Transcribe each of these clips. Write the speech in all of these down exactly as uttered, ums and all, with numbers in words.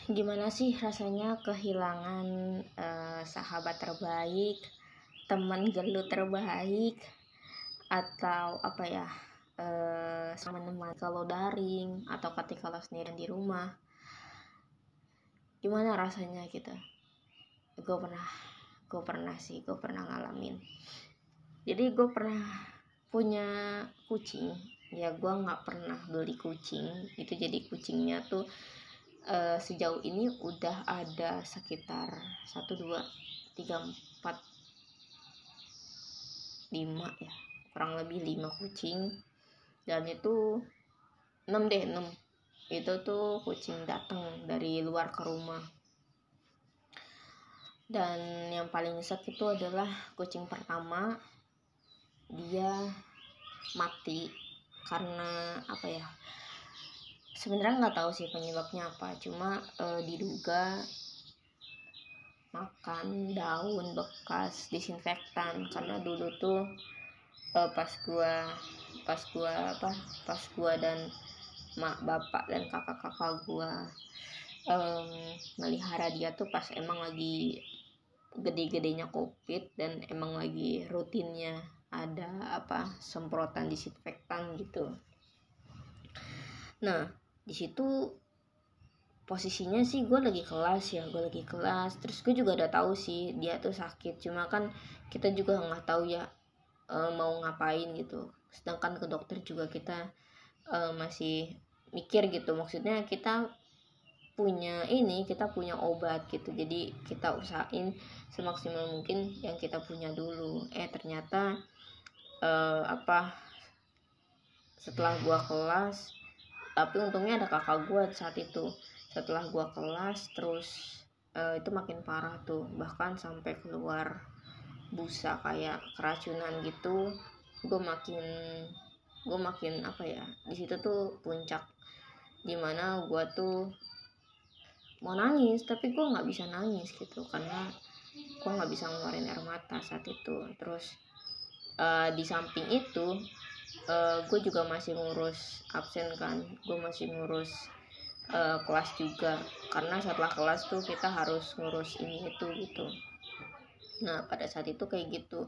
Gimana sih rasanya kehilangan eh, sahabat terbaik, teman gelut terbaik, atau apa ya, eh, sama teman kalau daring atau ketika lo sendirian di rumah? Gimana rasanya gitu? Gue pernah, gue pernah sih, gue pernah ngalamin. Jadi gue pernah punya kucing. Ya gue nggak pernah beli kucing. Itu jadi kucingnya tuh uh, sejauh ini udah ada sekitar satu dua tiga empat lima ya, kurang lebih lima kucing. Dan itu enam deh enam itu tuh kucing datang dari luar ke rumah. Dan yang paling nyesek itu adalah kucing pertama, dia mati karena apa ya, sebenarnya nggak tahu sih penyebabnya apa, cuma uh, diduga makan daun bekas disinfektan. Karena dulu tuh uh, pas gua pas gua apa pas gua dan mak bapak dan kakak-kakak gua um, melihara dia tuh pas emang lagi gede-gedenya covid dan emang lagi rutinnya ada apa semprotan disinfektan gitu. Nah di situ posisinya sih gue lagi kelas ya gue lagi kelas terus gue juga udah tahu sih dia tuh sakit, cuma kan kita juga nggak tahu ya e, mau ngapain gitu. Sedangkan ke dokter juga kita e, masih mikir gitu, maksudnya kita punya ini kita punya obat gitu, jadi kita usahain semaksimal mungkin yang kita punya dulu. Eh ternyata e, apa setelah gue kelas, tapi untungnya ada kakak gue saat itu. Setelah gua kelas terus uh, itu makin parah tuh, bahkan sampai keluar busa kayak keracunan gitu. Gue makin gue makin apa ya, di situ tuh puncak dimana gua tuh mau nangis tapi gue nggak bisa nangis gitu karena gue nggak bisa ngeluarin air mata saat itu. Terus uh, di samping itu uh, gue juga masih ngurus absen kan, gue masih ngurus Uh, kelas juga, karena setelah kelas tuh kita harus ngurus ini itu gitu. Nah pada saat itu kayak gitu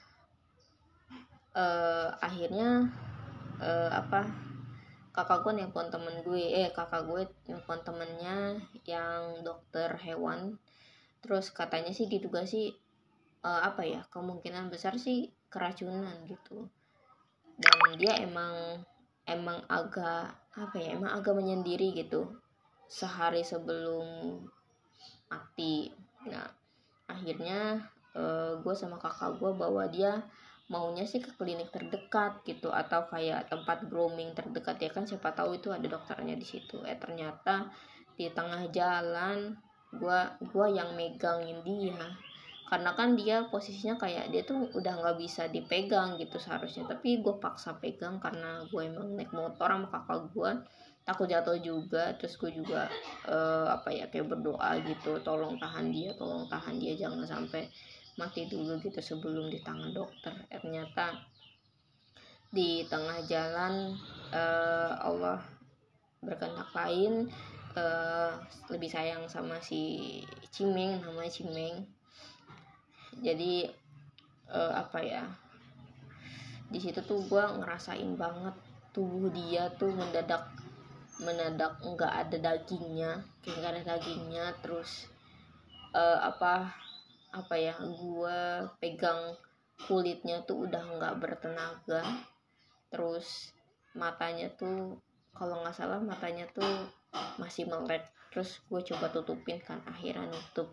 uh, akhirnya uh, apa kakak gue nelpon temen gue eh kakak gue nelpon temennya yang dokter hewan. Terus katanya sih diduga sih uh, apa ya, kemungkinan besar sih keracunan gitu. Dan dia emang emang agak apa ya emang agak menyendiri gitu sehari sebelum mati. Nah akhirnya uh, gue sama kakak gue bawa dia, maunya sih ke klinik terdekat gitu atau kayak tempat grooming terdekat ya kan, siapa tahu itu ada dokternya di situ. Eh ternyata di tengah jalan gue gue yang megangin dia, karena kan dia posisinya kayak dia tuh udah nggak bisa dipegang gitu seharusnya, tapi gue paksa pegang karena gue emang naik motor sama kakak gue, takut jatuh juga. Terus gue juga uh, apa ya kayak berdoa gitu, tolong tahan dia tolong tahan dia jangan sampai mati dulu gitu sebelum di tangan dokter. Eh, ternyata di tengah jalan uh, Allah berkehendak lain, uh, lebih sayang sama si Cimeng, namanya Cimeng. Jadi uh, apa ya, di situ tuh gue ngerasain banget tubuh dia tuh mendadak mendadak nggak ada dagingnya, kayak nggak ada dagingnya. Terus uh, apa apa ya gue pegang kulitnya tuh udah nggak bertenaga. Terus matanya tuh kalau nggak salah matanya tuh masih melek. Terus gue coba tutupin kan, akhirnya nutup.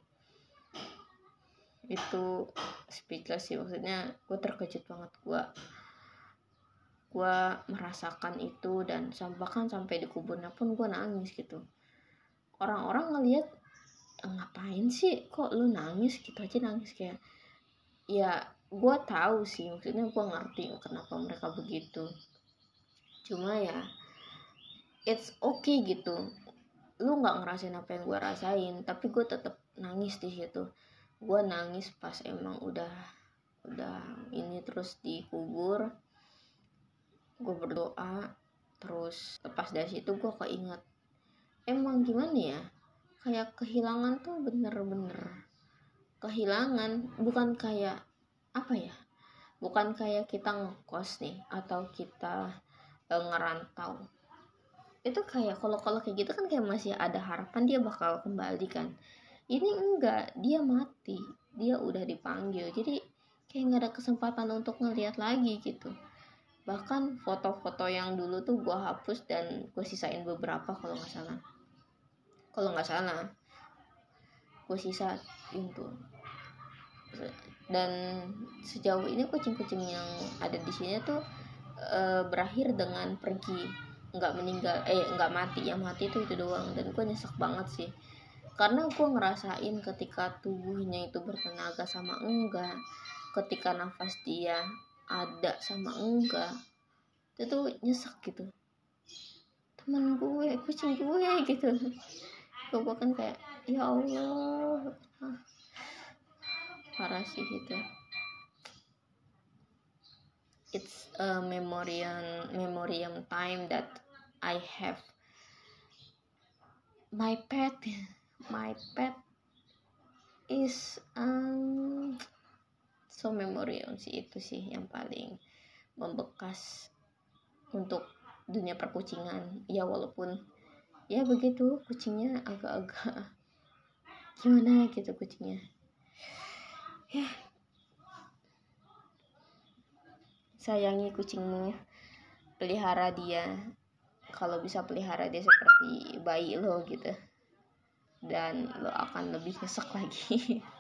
Itu speechless sih, maksudnya gue terkejut banget. gue gue merasakan itu dan bahkan sampai di kuburnya pun gue nangis gitu. Orang-orang ngelihat, ngapain sih kok lu nangis gitu aja nangis, kayak ya gue tahu sih, maksudnya gue ngerti kenapa mereka begitu, cuma ya it's okay gitu. Lu nggak ngerasain apa yang gue rasain, tapi gue tetap nangis di situ. Gue nangis pas emang udah udah ini terus dikubur. Gue berdoa terus lepas dari situ gue keinget, emang gimana ya, kayak kehilangan tuh bener-bener kehilangan, bukan kayak apa ya, bukan kayak kita ngekos nih atau kita e, ngerantau. Itu kayak kalau kalau kayak gitu kan kayak masih ada harapan dia bakal kembali kan. Ini enggak, dia mati, dia udah dipanggil, jadi kayak nggak ada kesempatan untuk ngeliat lagi gitu. Bahkan foto-foto yang dulu tuh gue hapus dan gue sisain beberapa kalau nggak salah kalau nggak salah gue sisa itu. Dan sejauh ini kucing-kucing yang ada di sini tuh e, berakhir dengan pergi, nggak meninggal, eh nggak mati, yang mati tuh itu doang. Dan gue nyesek banget sih, karena gue ngerasain ketika tubuhnya itu bertenaga sama enggak, ketika nafas dia ada sama enggak, itu tuh nyesek gitu. Temen gue, kucing gue gitu, gue bahkan kayak ya Allah, parah sih gitu. It's a memoriam memoriam time that I have my pet. My pet is um so memoriam sih, itu sih yang paling membekas untuk dunia perkucingan. Ya walaupun ya begitu, kucingnya agak-agak gimana gitu kucingnya ya. Sayangi kucingmu, pelihara dia, kalau bisa pelihara dia seperti bayi lo gitu, dan lo akan lebih nyesek lagi.